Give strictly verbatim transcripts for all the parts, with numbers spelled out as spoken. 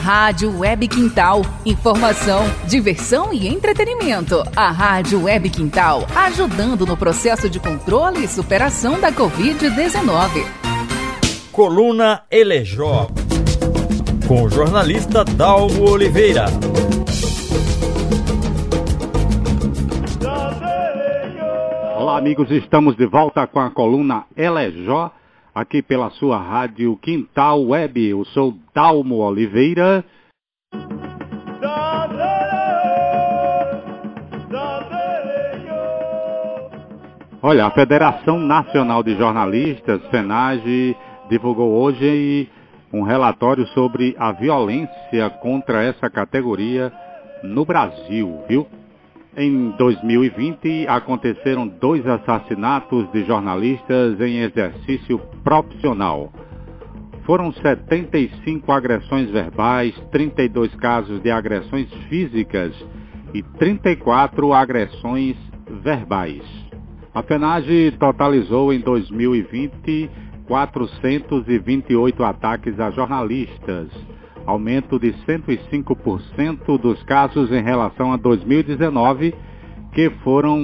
Rádio Web Quintal. Informação, diversão e entretenimento. A Rádio Web Quintal, ajudando no processo de controle e superação da covid dezenove. Coluna Elejó, com o jornalista Dalmo Oliveira. Olá, amigos, estamos de volta com a coluna Elejó, aqui pela sua rádio Quintal Web. Eu sou Dalmo Oliveira. Olha, a Federação Nacional de Jornalistas, FENAGE, divulgou hoje um relatório sobre a violência contra essa categoria no Brasil, viu? Em dois mil e vinte, aconteceram dois assassinatos de jornalistas em exercício profissional. Foram setenta e cinco agressões verbais, trinta e dois casos de agressões físicas e trinta e quatro agressões verbais. A FENAGE totalizou em dois mil e vinte quatrocentos e vinte e oito ataques a jornalistas, aumento de cento e cinco por cento dos casos em relação a dois mil e dezenove, que foram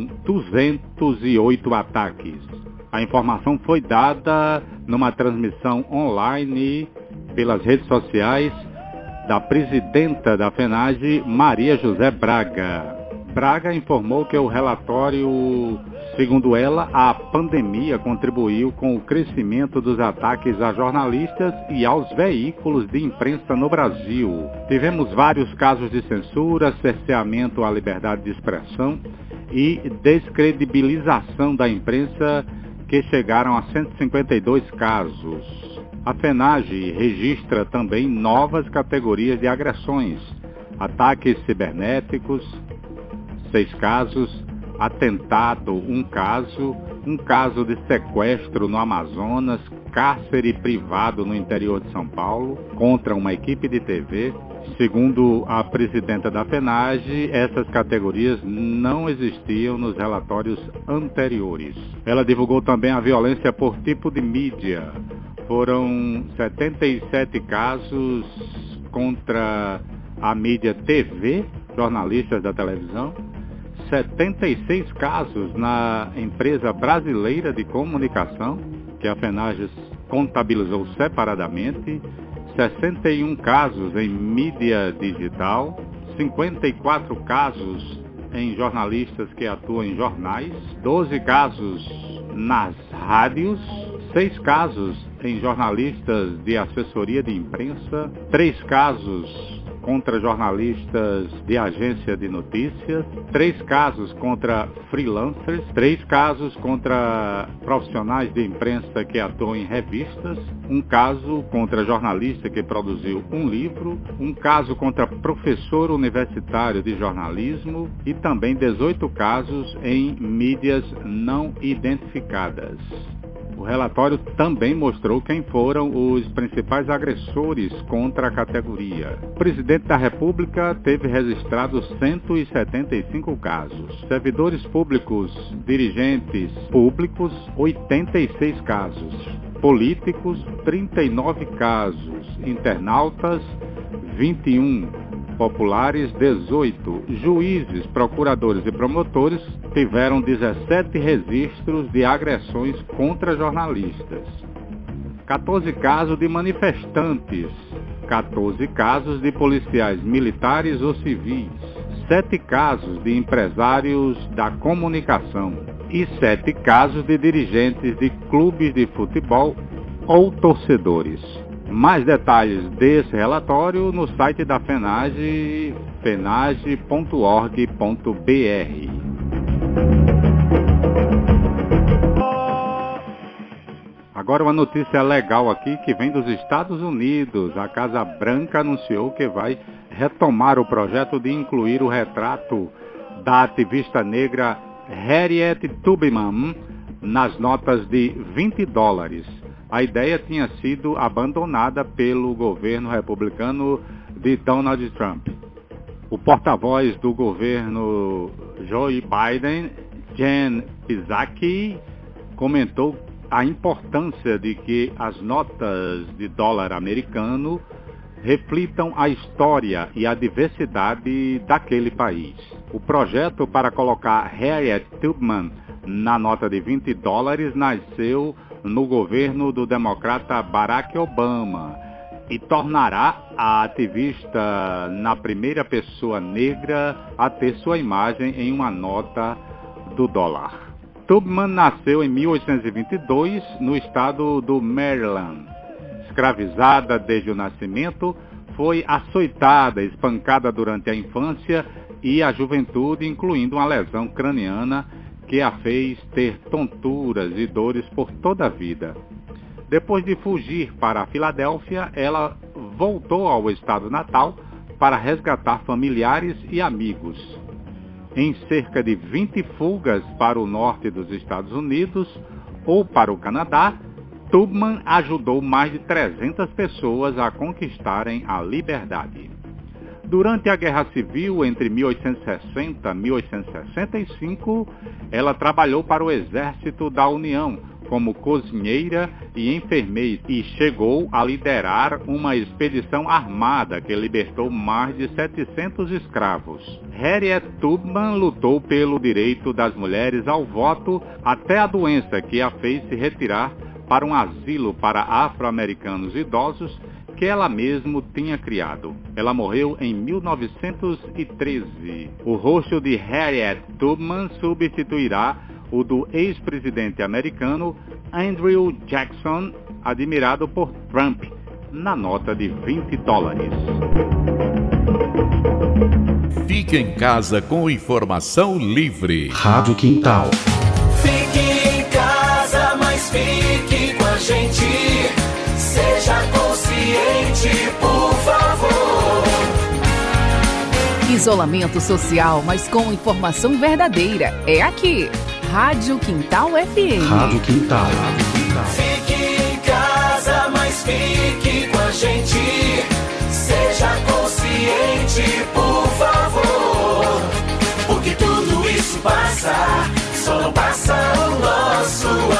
duzentos e oito ataques. A informação foi dada numa transmissão online pelas redes sociais da presidenta da FENAGE, Maria José Braga. Braga informou que o relatório, segundo ela, a pandemia contribuiu com o crescimento dos ataques a jornalistas e aos veículos de imprensa no Brasil. Tivemos vários casos de censura, cerceamento à liberdade de expressão e descredibilização da imprensa, que chegaram a cento e cinquenta e dois casos. A FENAGE registra também novas categorias de agressões: ataques cibernéticos, seis casos, atentado, um caso, um caso de sequestro no Amazonas, cárcere privado no interior de São Paulo, contra uma equipe de T V. Segundo a presidenta da FENAGE, essas categorias não existiam nos relatórios anteriores. Ela divulgou também a violência por tipo de mídia. Foram setenta e sete casos contra a mídia T V, jornalistas da televisão, setenta e seis casos na empresa brasileira de comunicação, que a FENAGE contabilizou separadamente, sessenta e um casos em mídia digital, cinquenta e quatro casos em jornalistas que atuam em jornais, doze casos nas rádios, seis casos em jornalistas de assessoria de imprensa, três casos contra jornalistas de agência de notícias, três casos contra freelancers, três casos contra profissionais de imprensa que atuam em revistas, um caso contra jornalista que produziu um livro, um caso contra professor universitário de jornalismo e também dezoito casos em mídias não identificadas. O relatório também mostrou quem foram os principais agressores contra a categoria. O presidente da República teve registrado cento e setenta e cinco casos. Servidores públicos, dirigentes públicos, oitenta e seis casos. Políticos, trinta e nove casos. Internautas, vinte e um. Populares, dezoito. Juízes, procuradores e promotores tiveram dezessete registros de agressões contra jornalistas. quatorze casos de manifestantes. quatorze casos de policiais militares ou civis. sete casos de empresários da comunicação. E sete casos de dirigentes de clubes de futebol ou torcedores. Mais detalhes desse relatório no site da FENAGE, fenage ponto org ponto br. Agora uma notícia legal aqui que vem dos Estados Unidos. A Casa Branca anunciou que vai retomar o projeto de incluir o retrato da ativista negra Harriet Tubman nas notas de vinte dólares. A ideia tinha sido abandonada pelo governo republicano de Donald Trump. O porta-voz do governo Joe Biden, Jen Psaki, comentou a importância de que as notas de dólar americano reflitam a história e a diversidade daquele país. O projeto para colocar Harriet Tubman na nota de vinte dólares nasceu no governo do democrata Barack Obama e tornará a ativista na primeira pessoa negra a ter sua imagem em uma nota do dólar. Tubman nasceu em mil oitocentos e vinte e dois no estado do Maryland. Escravizada desde o nascimento, foi açoitada, espancada durante a infância e a juventude, incluindo uma lesão craniana que a fez ter tonturas e dores por toda a vida. Depois de fugir para a Filadélfia, ela voltou ao estado natal para resgatar familiares e amigos. Em cerca de vinte fugas para o norte dos Estados Unidos ou para o Canadá, Tubman ajudou mais de trezentas pessoas a conquistarem a liberdade. Durante a Guerra Civil, entre mil oitocentos e sessenta e mil oitocentos e sessenta e cinco, ela trabalhou para o Exército da União como cozinheira e enfermeira e chegou a liderar uma expedição armada que libertou mais de setecentos escravos. Harriet Tubman lutou pelo direito das mulheres ao voto até a doença que a fez se retirar para um asilo para afro-americanos idosos que ela mesma tinha criado. Ela morreu em mil novecentos e treze. O rosto de Harriet Tubman substituirá o do ex-presidente americano Andrew Jackson, admirado por Trump, na nota de vinte dólares. Fique em casa com informação livre. Rádio Quintal. Fique em casa, mas fique com a gente. Seja consciente, por favor. Isolamento social, mas com informação verdadeira. É aqui. Rádio Quintal F M. Rádio Quintal. Fique em casa, mas fique com a gente. Seja consciente, por favor. Porque tudo isso passa, só não passa o nosso